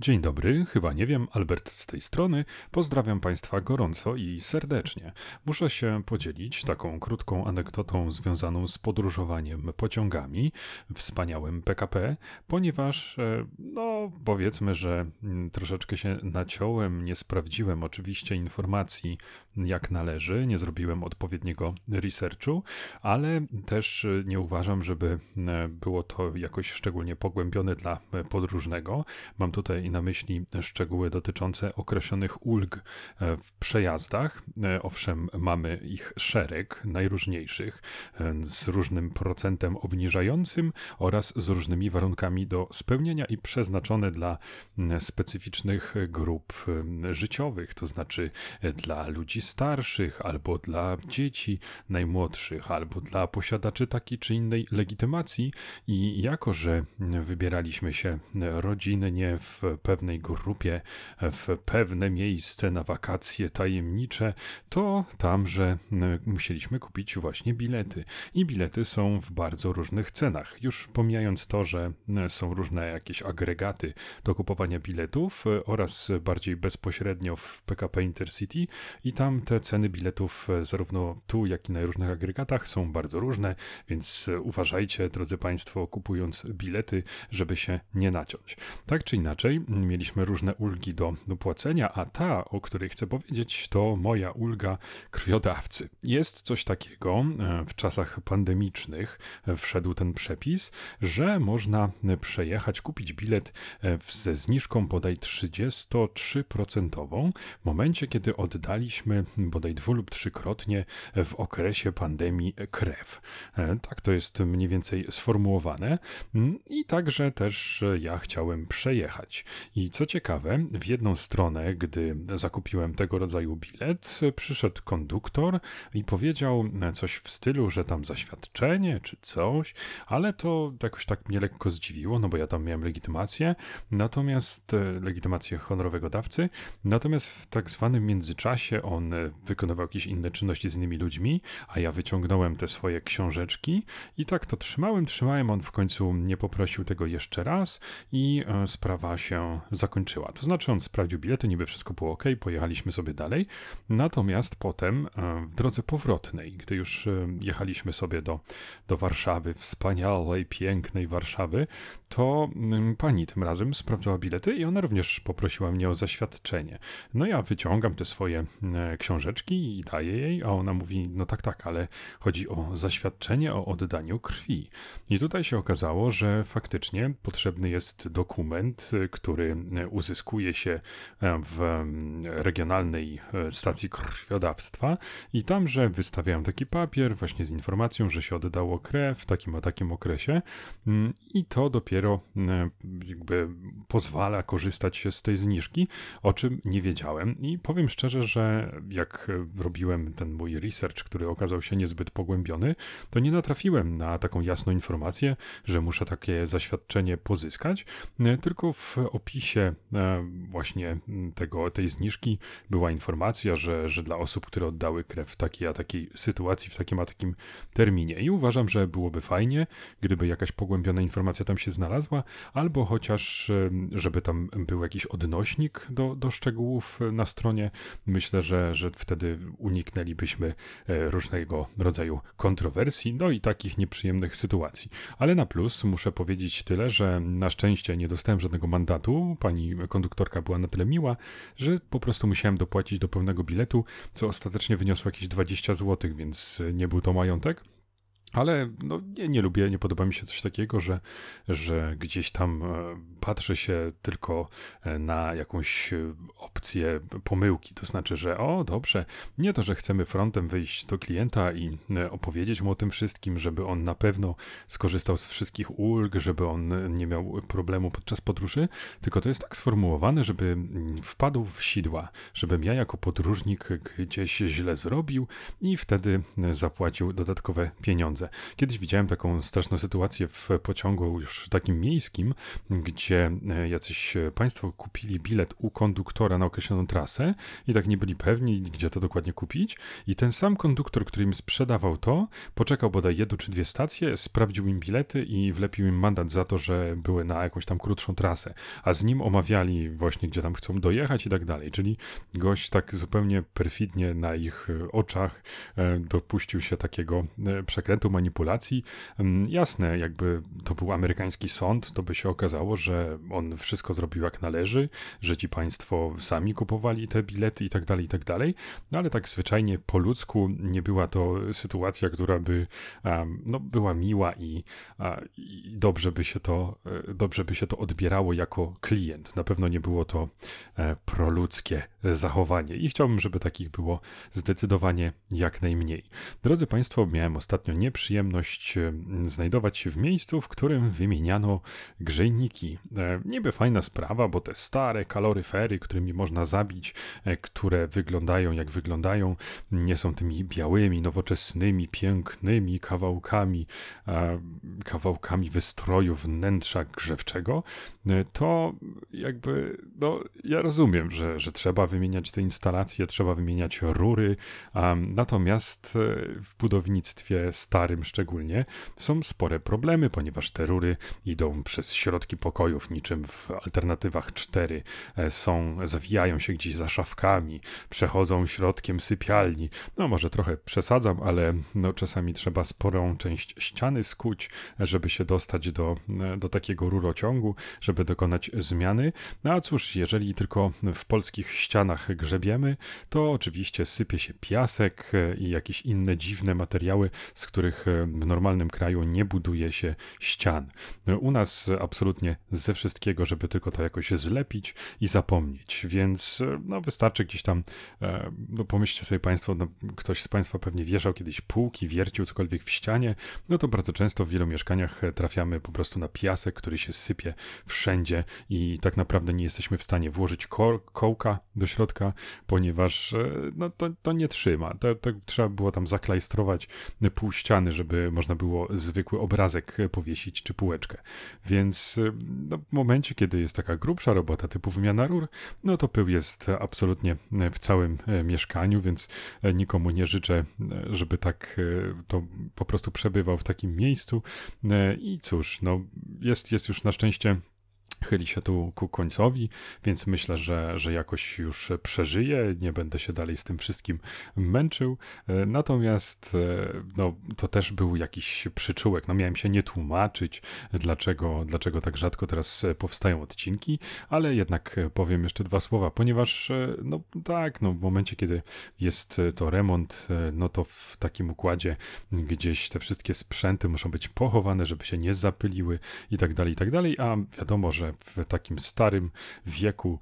Dzień dobry, chyba nie wiem, Albert z tej strony. Pozdrawiam Państwa gorąco i serdecznie. Muszę się podzielić taką krótką anegdotą związaną z podróżowaniem pociągami, wspaniałym PKP, ponieważ, powiedzmy, że troszeczkę się naciąłem, nie sprawdziłem oczywiście informacji jak należy, nie zrobiłem odpowiedniego researchu, ale też nie uważam, żeby było to jakoś szczególnie pogłębione dla podróżnego. Mam tutaj na myśli szczegóły dotyczące określonych ulg w przejazdach. Owszem, mamy ich szereg najróżniejszych z różnym procentem obniżającym oraz z różnymi warunkami do spełnienia i przeznaczone dla specyficznych grup życiowych, to znaczy dla ludzi starszych albo dla dzieci najmłodszych albo dla posiadaczy takiej czy innej legitymacji i jako, że wybieraliśmy się rodzinnie w pewnej grupie, w pewne miejsce na wakacje tajemnicze, to tamże musieliśmy kupić właśnie bilety. I bilety są w bardzo różnych cenach. Już pomijając to, że są różne jakieś agregaty do kupowania biletów oraz bardziej bezpośrednio w PKP Intercity i tam te ceny biletów zarówno tu, jak i na różnych agregatach są bardzo różne, więc uważajcie, drodzy Państwo, kupując bilety, żeby się nie naciąć. Tak czy inaczej, mieliśmy różne ulgi do płacenia, a ta, o której chcę powiedzieć, to moja ulga krwiodawcy. Jest coś takiego, w czasach pandemicznych wszedł ten przepis, że można przejechać, kupić bilet ze zniżką bodaj 33% w momencie, kiedy oddaliśmy bodaj 2 lub 3-krotnie w okresie pandemii krew. Tak to jest mniej więcej sformułowane i także też ja chciałem przejechać. I co ciekawe, w jedną stronę, gdy zakupiłem tego rodzaju bilet, przyszedł konduktor i powiedział coś w stylu, że tam zaświadczenie czy coś, ale to jakoś tak mnie lekko zdziwiło, no bo ja tam miałem legitymację honorowego dawcy, natomiast w tak zwanym międzyczasie on wykonywał jakieś inne czynności z innymi ludźmi, a ja wyciągnąłem te swoje książeczki i tak to trzymałem, on w końcu nie poprosił tego jeszcze raz i sprawa się zakończyła. To znaczy on sprawdził bilety, niby wszystko było ok, pojechaliśmy sobie dalej, natomiast potem w drodze powrotnej, gdy już jechaliśmy sobie do Warszawy, wspaniałej, pięknej Warszawy, to pani tym razem sprawdzała bilety i ona również poprosiła mnie o zaświadczenie. No ja wyciągam te swoje książeczki i daję jej, a ona mówi, no tak, ale chodzi o zaświadczenie o oddaniu krwi. I tutaj się okazało, że faktycznie potrzebny jest dokument, który uzyskuje się w regionalnej stacji krwiodawstwa i tamże wystawiają taki papier właśnie z informacją, że się oddało krew w takim a takim okresie i to dopiero jakby pozwala korzystać się z tej zniżki, o czym nie wiedziałem i powiem szczerze, że jak robiłem ten mój research, który okazał się niezbyt pogłębiony, to nie natrafiłem na taką jasną informację, że muszę takie zaświadczenie pozyskać, tylko w opisie właśnie tej zniżki była informacja, że dla osób, które oddały krew w takiej a takiej sytuacji, w takim a takim terminie. I uważam, że byłoby fajnie, gdyby jakaś pogłębiona informacja tam się znalazła, albo chociaż, żeby tam był jakiś odnośnik do szczegółów na stronie. Myślę, że wtedy uniknęlibyśmy różnego rodzaju kontrowersji, no i takich nieprzyjemnych sytuacji. Ale na plus muszę powiedzieć tyle, że na szczęście nie dostałem żadnego mandatu. Pani konduktorka była na tyle miła, że po prostu musiałem dopłacić do pełnego biletu, co ostatecznie wyniosło jakieś 20 zł, więc nie był to majątek. Ale nie podoba mi się coś takiego, że gdzieś tam patrzy się tylko na jakąś opcję pomyłki. To znaczy, że dobrze, nie to, że chcemy frontem wyjść do klienta i opowiedzieć mu o tym wszystkim, żeby on na pewno skorzystał z wszystkich ulg, żeby on nie miał problemu podczas podróży, tylko to jest tak sformułowane, żeby wpadł w sidła, żebym ja jako podróżnik gdzieś źle zrobił i wtedy zapłacił dodatkowe pieniądze. pieniądze. Kiedyś widziałem taką straszną sytuację w pociągu już takim miejskim, gdzie jacyś państwo kupili bilet u konduktora na określoną trasę i tak nie byli pewni, gdzie to dokładnie kupić i ten sam konduktor, który im sprzedawał to, poczekał bodaj 1 czy 2 stacje, sprawdził im bilety i wlepił im mandat za to, że były na jakąś tam krótszą trasę, a z nim omawiali właśnie, gdzie tam chcą dojechać i tak dalej, czyli gość tak zupełnie perfidnie na ich oczach dopuścił się takiego przekrętu, manipulacji. Jasne, jakby to był amerykański sąd, to by się okazało, że on wszystko zrobił jak należy, że ci państwo sami kupowali te bilety i tak dalej, no ale tak zwyczajnie po ludzku nie była to sytuacja, która by była miła i dobrze by się to odbierało jako klient. Na pewno nie było to proludzkie zachowanie i chciałbym, żeby takich było zdecydowanie jak najmniej. Drodzy Państwo, miałem ostatnio nieprzyjemność znajdować się w miejscu, w którym wymieniano grzejniki. Niby fajna sprawa, bo te stare kaloryfery, którymi można zabić, które wyglądają jak wyglądają, nie są tymi białymi, nowoczesnymi, pięknymi kawałkami wystroju wnętrza grzewczego, to jakby, ja rozumiem, że trzeba wymieniać te instalacje, trzeba wymieniać rury, natomiast w budownictwie starym szczególnie są spore problemy, ponieważ te rury idą przez środki pokojów, niczym w alternatywach 4, zawijają się gdzieś za szafkami, przechodzą środkiem sypialni. No może trochę przesadzam, ale czasami trzeba sporą część ściany skuć, żeby się dostać do takiego rurociągu, żeby dokonać zmiany. No a cóż, jeżeli tylko w polskich ścianach grzebiemy, to oczywiście sypie się piasek i jakieś inne dziwne materiały, z których w normalnym kraju nie buduje się ścian. U nas absolutnie ze wszystkiego, żeby tylko to jakoś zlepić i zapomnieć, więc wystarczy gdzieś tam, pomyślcie sobie Państwo, ktoś z Państwa pewnie wieszał kiedyś półki, wiercił cokolwiek w ścianie, to bardzo często w wielu mieszkaniach trafiamy po prostu na piasek, który się sypie wszędzie i tak naprawdę nie jesteśmy w stanie włożyć kołka do środka, ponieważ to nie trzyma. To trzeba było tam zaklajstrować pół ściany, żeby można było zwykły obrazek powiesić czy półeczkę. Więc w momencie, kiedy jest taka grubsza robota typu wymiana rur, to pył jest absolutnie w całym mieszkaniu, więc nikomu nie życzę, żeby tak to po prostu przebywał w takim miejscu. I cóż, jest już na szczęście chyli się tu ku końcowi, więc myślę, że jakoś już przeżyję, nie będę się dalej z tym wszystkim męczył. Natomiast to też był jakiś przyczółek. Miałem się nie tłumaczyć, dlaczego tak rzadko teraz powstają odcinki, ale jednak powiem jeszcze 2 słowa, ponieważ w momencie, kiedy jest to remont, to w takim układzie gdzieś te wszystkie sprzęty muszą być pochowane, żeby się nie zapyliły i tak dalej, a wiadomo, że w takim starym wieku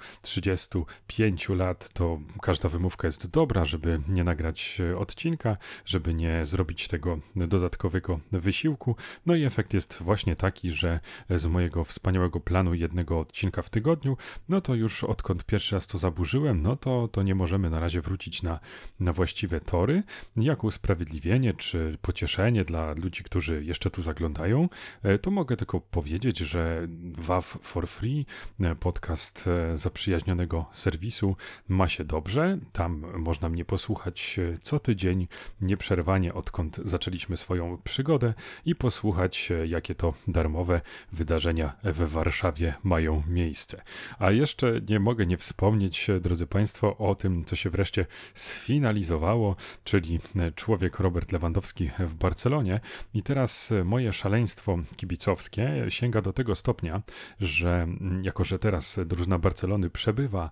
35 lat to każda wymówka jest dobra, żeby nie nagrać odcinka, żeby nie zrobić tego dodatkowego wysiłku. I efekt jest właśnie taki, że z mojego wspaniałego planu jednego odcinka w tygodniu, to już odkąd pierwszy raz to zaburzyłem, to nie możemy na razie wrócić na właściwe tory. Jako usprawiedliwienie czy pocieszenie dla ludzi, którzy jeszcze tu zaglądają, to mogę tylko powiedzieć, że WAV for Free, podcast zaprzyjaźnionego serwisu, ma się dobrze. Tam można mnie posłuchać co tydzień, nieprzerwanie, odkąd zaczęliśmy swoją przygodę i posłuchać, jakie to darmowe wydarzenia w Warszawie mają miejsce. A jeszcze nie mogę nie wspomnieć, drodzy Państwo, o tym, co się wreszcie sfinalizowało, czyli człowiek Robert Lewandowski w Barcelonie. I teraz moje szaleństwo kibicowskie sięga do tego stopnia, że jako że teraz drużyna Barcelony przebywa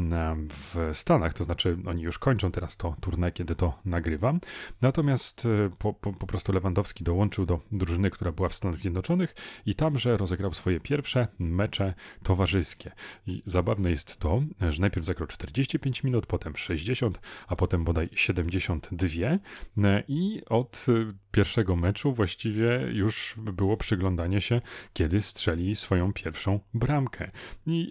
w Stanach, to znaczy oni już kończą teraz to tournée, kiedy to nagrywam, natomiast po prostu Lewandowski dołączył do drużyny, która była w Stanach Zjednoczonych i tamże rozegrał swoje pierwsze mecze towarzyskie. I zabawne jest to, że najpierw zagrał 45 minut, potem 60, a potem bodaj 72 i od pierwszego meczu właściwie już było przyglądanie się, kiedy strzeli swoją pierwszą strzeloną bramkę. I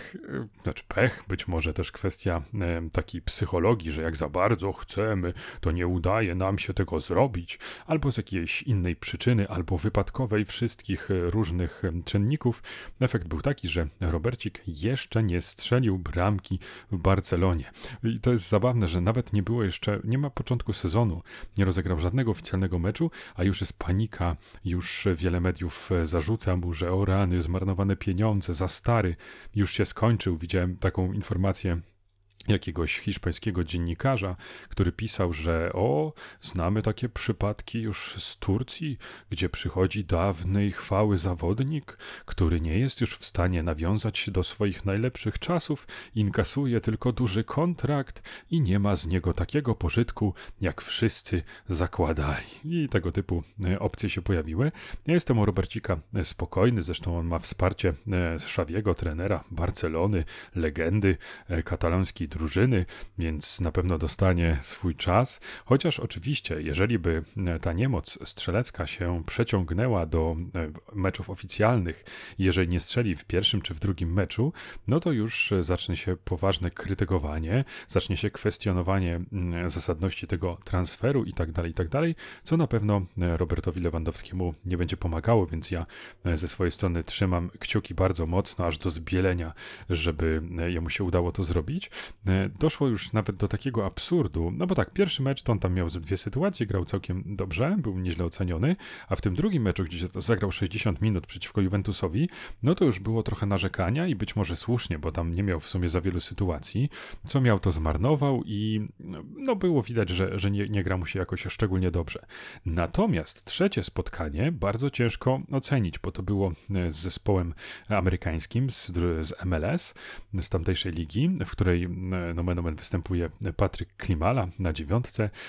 pech, być może też kwestia takiej psychologii, że jak za bardzo chcemy, to nie udaje nam się tego zrobić, albo z jakiejś innej przyczyny, albo wypadkowej wszystkich różnych czynników. Efekt był taki, że Robercik jeszcze nie strzelił bramki w Barcelonie. I to jest zabawne, że nawet nie ma początku sezonu, nie rozegrał żadnego oficjalnego meczu, a już jest panika, już wiele mediów zarzuca mu, że o rany, zmarnowane pieniądze, za stary, już się skończył. Widziałem taką informację jakiegoś hiszpańskiego dziennikarza, który pisał, że znamy takie przypadki już z Turcji, gdzie przychodzi dawnej chwały zawodnik, który nie jest już w stanie nawiązać się do swoich najlepszych czasów, inkasuje tylko duży kontrakt i nie ma z niego takiego pożytku, jak wszyscy zakładali. I tego typu opcje się pojawiły. Ja jestem o Robercika spokojny, zresztą on ma wsparcie Xaviego, trenera Barcelony, legendy katalońskiej drużyny, więc na pewno dostanie swój czas, chociaż oczywiście, jeżeli by ta niemoc strzelecka się przeciągnęła do meczów oficjalnych, jeżeli nie strzeli w pierwszym czy w drugim meczu, no to już zacznie się poważne krytykowanie, zacznie się kwestionowanie zasadności tego transferu i tak dalej, co na pewno Robertowi Lewandowskiemu nie będzie pomagało, więc ja ze swojej strony trzymam kciuki bardzo mocno, aż do zbielenia, żeby jemu się udało to zrobić. Doszło już nawet do takiego absurdu, no bo tak, pierwszy mecz to on tam miał ze 2 sytuacje, grał całkiem dobrze, był nieźle oceniony, a w tym drugim meczu, gdzie zagrał 60 minut przeciwko Juventusowi, no to już było trochę narzekania i być może słusznie, bo tam nie miał w sumie za wielu sytuacji, co miał to zmarnował i no było widać, że nie gra mu się jakoś szczególnie dobrze. Natomiast trzecie spotkanie bardzo ciężko ocenić, bo to było z zespołem amerykańskim, z MLS, z tamtejszej ligi, w której nomen omen występuje Patryk Klimala na 9,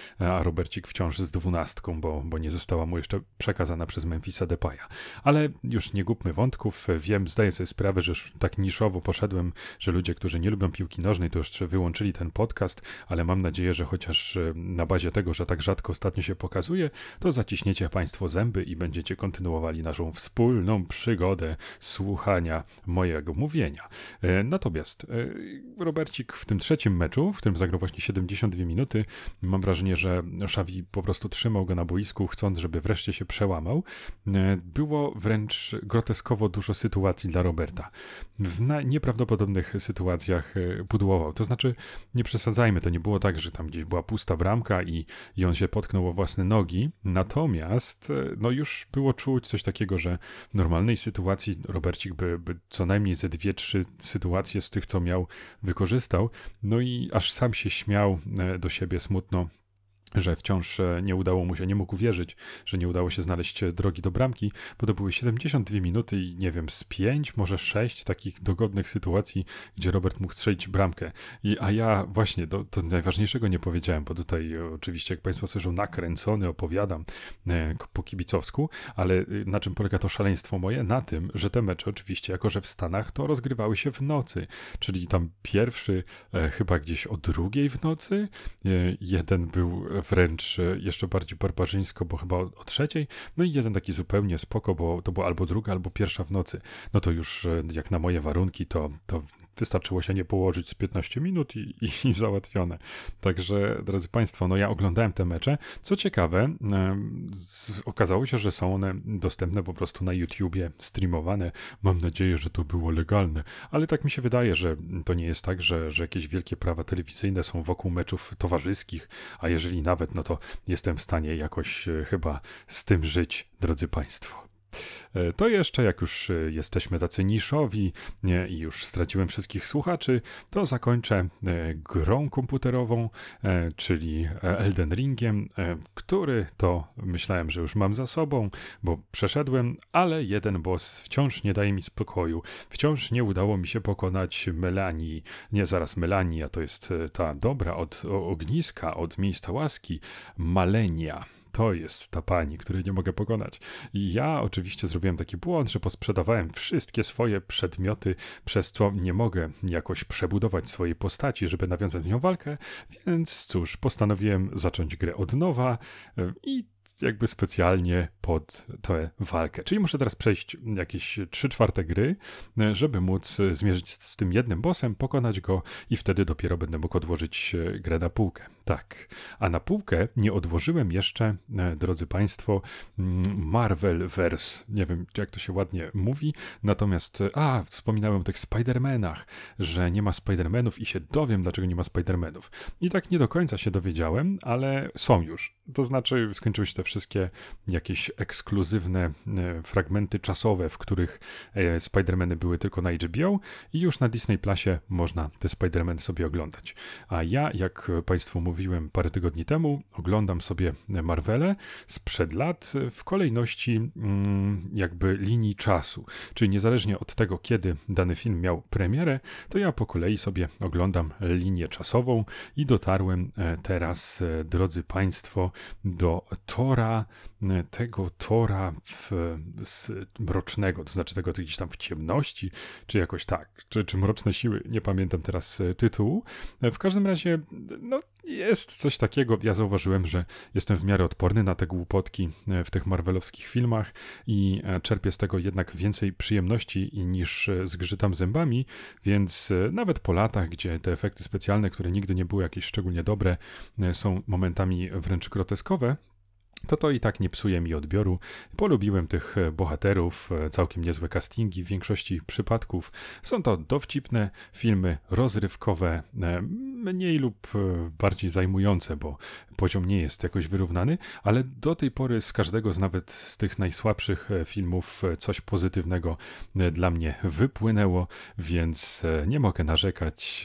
a Robercik wciąż z 12, bo nie została mu jeszcze przekazana przez Memphisa Depaya. Ale już nie gubmy wątków, zdaję sobie sprawę, że już tak niszowo poszedłem, że ludzie, którzy nie lubią piłki nożnej, to już wyłączyli ten podcast, ale mam nadzieję, że chociaż na bazie tego, że tak rzadko ostatnio się pokazuje, to zaciśniecie Państwo zęby i będziecie kontynuowali naszą wspólną przygodę słuchania mojego mówienia. Natomiast Robercik w tym trzecim meczu, w którym zagrał właśnie 72 minuty, mam wrażenie, że Xavi po prostu trzymał go na boisku, chcąc, żeby wreszcie się przełamał. Było wręcz groteskowo dużo sytuacji dla Roberta. W nieprawdopodobnych sytuacjach pudłował. To znaczy, nie przesadzajmy, to nie było tak, że tam gdzieś była pusta bramka i on się potknął o własne nogi. Natomiast no już było czuć coś takiego, że w normalnej sytuacji Robercik by co najmniej ze 2-3 sytuacje z tych, co miał, wykorzystał. No i aż sam się śmiał do siebie smutno, że wciąż nie udało mu się, nie mógł uwierzyć, że nie udało się znaleźć drogi do bramki, bo to były 72 minuty i nie wiem, z 5, może 6 takich dogodnych sytuacji, gdzie Robert mógł strzelić bramkę. A ja właśnie, to najważniejszego nie powiedziałem, bo tutaj oczywiście, jak Państwo słyszą, nakręcony opowiadam po kibicowsku, ale na czym polega to szaleństwo moje? Na tym, że te mecze oczywiście, jako że w Stanach, to rozgrywały się w nocy, czyli tam pierwszy chyba gdzieś o 2 w nocy, jeden był wręcz jeszcze bardziej barbarzyńsko, bo chyba o 3, no i jeden taki zupełnie spoko, bo to była albo 2, albo 1 w nocy. No to już jak na moje warunki, to wystarczyło się nie położyć z 15 minut i załatwione. Także, drodzy Państwo, no ja oglądałem te mecze. Co ciekawe, okazało się, że są one dostępne po prostu na YouTubie, streamowane. Mam nadzieję, że to było legalne, ale tak mi się wydaje, że to nie jest tak, że jakieś wielkie prawa telewizyjne są wokół meczów towarzyskich, a jeżeli nawet, no to jestem w stanie jakoś chyba z tym żyć, drodzy Państwo. To jeszcze, jak już jesteśmy tacy niszowi i już straciłem wszystkich słuchaczy, to zakończę grą komputerową, czyli Elden Ringiem, który to myślałem, że już mam za sobą, bo przeszedłem, ale jeden boss wciąż nie daje mi spokoju. Wciąż nie udało mi się pokonać Melanii. Nie, zaraz Melania, to jest ta dobra od ogniska, od miejsca łaski, Malenia. To jest ta pani, której nie mogę pokonać. I ja oczywiście zrobiłem taki błąd, że posprzedawałem wszystkie swoje przedmioty, przez co nie mogę jakoś przebudować swojej postaci, żeby nawiązać z nią walkę, więc cóż, postanowiłem zacząć grę od nowa i jakby specjalnie pod tę walkę. Czyli muszę teraz przejść jakieś 3/4 gry, żeby móc zmierzyć z tym jednym bossem, pokonać go i wtedy dopiero będę mógł odłożyć grę na półkę. Tak. A na półkę nie odłożyłem jeszcze, drodzy Państwo, Marvelverse. Nie wiem, jak to się ładnie mówi, natomiast, wspominałem o tych Spider-Manach, że nie ma Spider-Manów i się dowiem, dlaczego nie ma Spider-Manów. I tak nie do końca się dowiedziałem, ale są już. To znaczy skończyły się te wszystkie jakieś ekskluzywne fragmenty czasowe, w których Spider-Many były tylko na HBO i już na Disney Plusie można te Spider-Many sobie oglądać. A ja, jak Państwu mówiłem parę tygodni temu, oglądam sobie Marvele sprzed lat w kolejności jakby linii czasu. Czyli niezależnie od tego, kiedy dany film miał premierę, to ja po kolei sobie oglądam linię czasową i dotarłem teraz, drodzy Państwo, do tego Tora mrocznego, to znaczy tego gdzieś tam w ciemności, czy jakoś tak, czy Mroczne Siły, nie pamiętam teraz tytułu. W każdym razie, jest coś takiego, ja zauważyłem, że jestem w miarę odporny na te głupotki w tych marvelowskich filmach i czerpię z tego jednak więcej przyjemności niż zgrzytam zębami, więc nawet po latach, gdzie te efekty specjalne, które nigdy nie były jakieś szczególnie dobre, są momentami wręcz groteskowe, to i tak nie psuje mi odbioru. Polubiłem tych bohaterów, całkiem niezłe castingi w większości przypadków. Są to dowcipne filmy rozrywkowe, mniej lub bardziej zajmujące, bo poziom nie jest jakoś wyrównany, ale do tej pory nawet z tych najsłabszych filmów coś pozytywnego dla mnie wypłynęło, więc nie mogę narzekać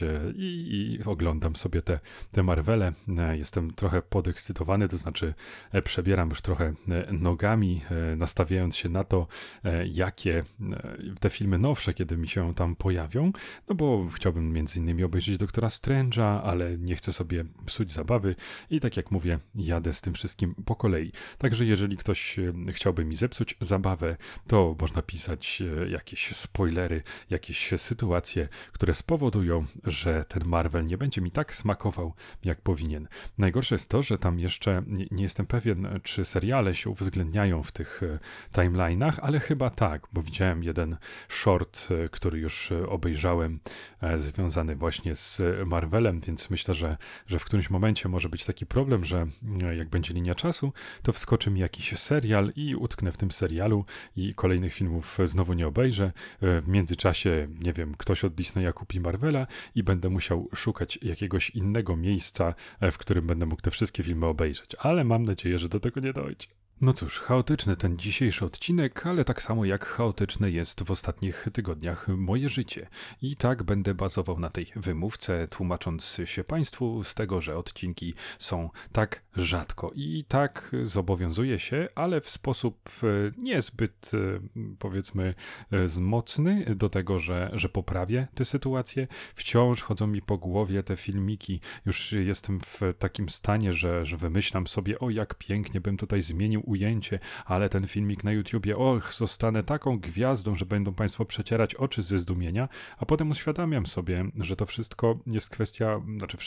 i oglądam sobie te Marvele. Jestem trochę podekscytowany, to znaczy przebieram już trochę nogami, nastawiając się na to, jakie te filmy nowsze, kiedy mi się tam pojawią, bo chciałbym między innymi obejrzeć Doktora Strange'a, ale nie chcę sobie psuć zabawy i tak jak mówię, jadę z tym wszystkim po kolei. Także jeżeli ktoś chciałby mi zepsuć zabawę, to można pisać jakieś spoilery, jakieś sytuacje, które spowodują, że ten Marvel nie będzie mi tak smakował, jak powinien. Najgorsze jest to, że tam jeszcze nie jestem pewien, czy seriale się uwzględniają w tych timeline'ach, ale chyba tak, bo widziałem jeden short, który już obejrzałem, związany właśnie z Marvelem, więc myślę, że w którymś momencie może być taki problem, że jak będzie linia czasu, to wskoczy mi jakiś serial i utknę w tym serialu i kolejnych filmów znowu nie obejrzę. W międzyczasie, nie wiem, ktoś od Disneya kupi Marvela i będę musiał szukać jakiegoś innego miejsca, w którym będę mógł te wszystkie filmy obejrzeć, ale mam nadzieję, że do tego nie dojdzie. No cóż, chaotyczny ten dzisiejszy odcinek, ale tak samo jak chaotyczne jest w ostatnich tygodniach moje życie. I tak będę bazował na tej wymówce, tłumacząc się Państwu z tego, że odcinki są tak rzadko. I tak zobowiązuję się, ale w sposób niezbyt, powiedzmy, mocny do tego, że poprawię tę sytuację. Wciąż chodzą mi po głowie te filmiki. Już jestem w takim stanie, że wymyślam sobie, jak pięknie bym tutaj zmienił ujęcie, ale ten filmik na YouTubie, zostanę taką gwiazdą, że będą Państwo przecierać oczy ze zdumienia, a potem uświadamiam sobie, że to wszystko jest kwestia,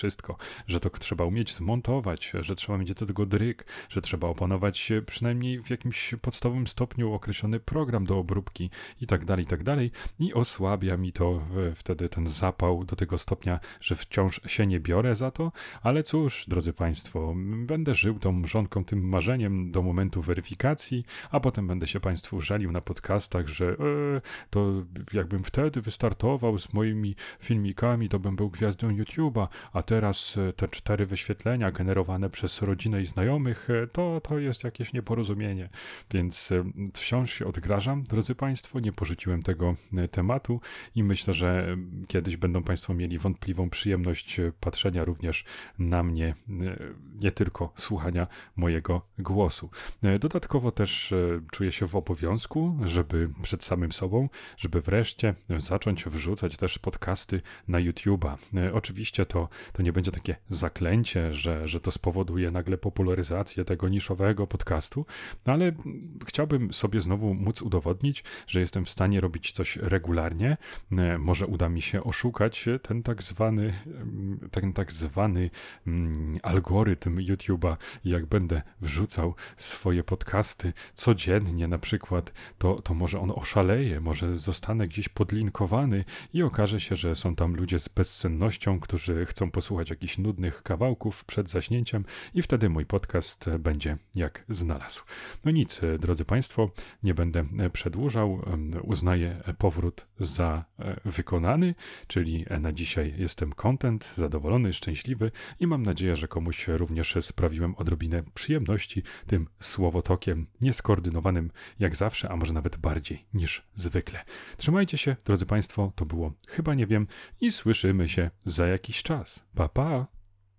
że to trzeba umieć zmontować, że trzeba mieć do tego dryg, że trzeba opanować przynajmniej w jakimś podstawowym stopniu określony program do obróbki i tak dalej, i osłabia mi to wtedy ten zapał do tego stopnia, że wciąż się nie biorę za to, ale cóż, drodzy Państwo, będę żył tą mrzonką, tym marzeniem do momentu weryfikacji, a potem będę się Państwu żalił na podcastach, że to jakbym wtedy wystartował z moimi filmikami, to bym był gwiazdą YouTube'a, a teraz te 4 wyświetlenia generowane przez rodzinę i znajomych, to jest jakieś nieporozumienie. Więc wciąż się odgrażam, drodzy Państwo, nie porzuciłem tego tematu i myślę, że kiedyś będą Państwo mieli wątpliwą przyjemność patrzenia również na mnie, nie tylko słuchania mojego głosu. Dodatkowo też czuję się w obowiązku, żeby przed samym sobą, żeby wreszcie zacząć wrzucać też podcasty na YouTube'a. Oczywiście to nie będzie takie zaklęcie, że to spowoduje nagle popularyzację tego niszowego podcastu, ale chciałbym sobie znowu móc udowodnić, że jestem w stanie robić coś regularnie. Może uda mi się oszukać ten tak zwany algorytm YouTube'a. Jak będę wrzucał swoje podcasty codziennie na przykład, to może on oszaleje, może zostanę gdzieś podlinkowany i okaże się, że są tam ludzie z bezsennością, którzy chcą posłuchać jakichś nudnych kawałków przed zaśnięciem i wtedy mój podcast będzie jak znalazł. No nic, drodzy Państwo, nie będę przedłużał. Uznaję powrót za wykonany, czyli na dzisiaj jestem content, zadowolony, szczęśliwy i mam nadzieję, że komuś również sprawiłem odrobinę przyjemności tym słowotokiem nieskoordynowanym jak zawsze, a może nawet bardziej niż zwykle. Trzymajcie się, drodzy Państwo, to było Chyba Nie Wiem i słyszymy się za jakiś czas. Pa, pa!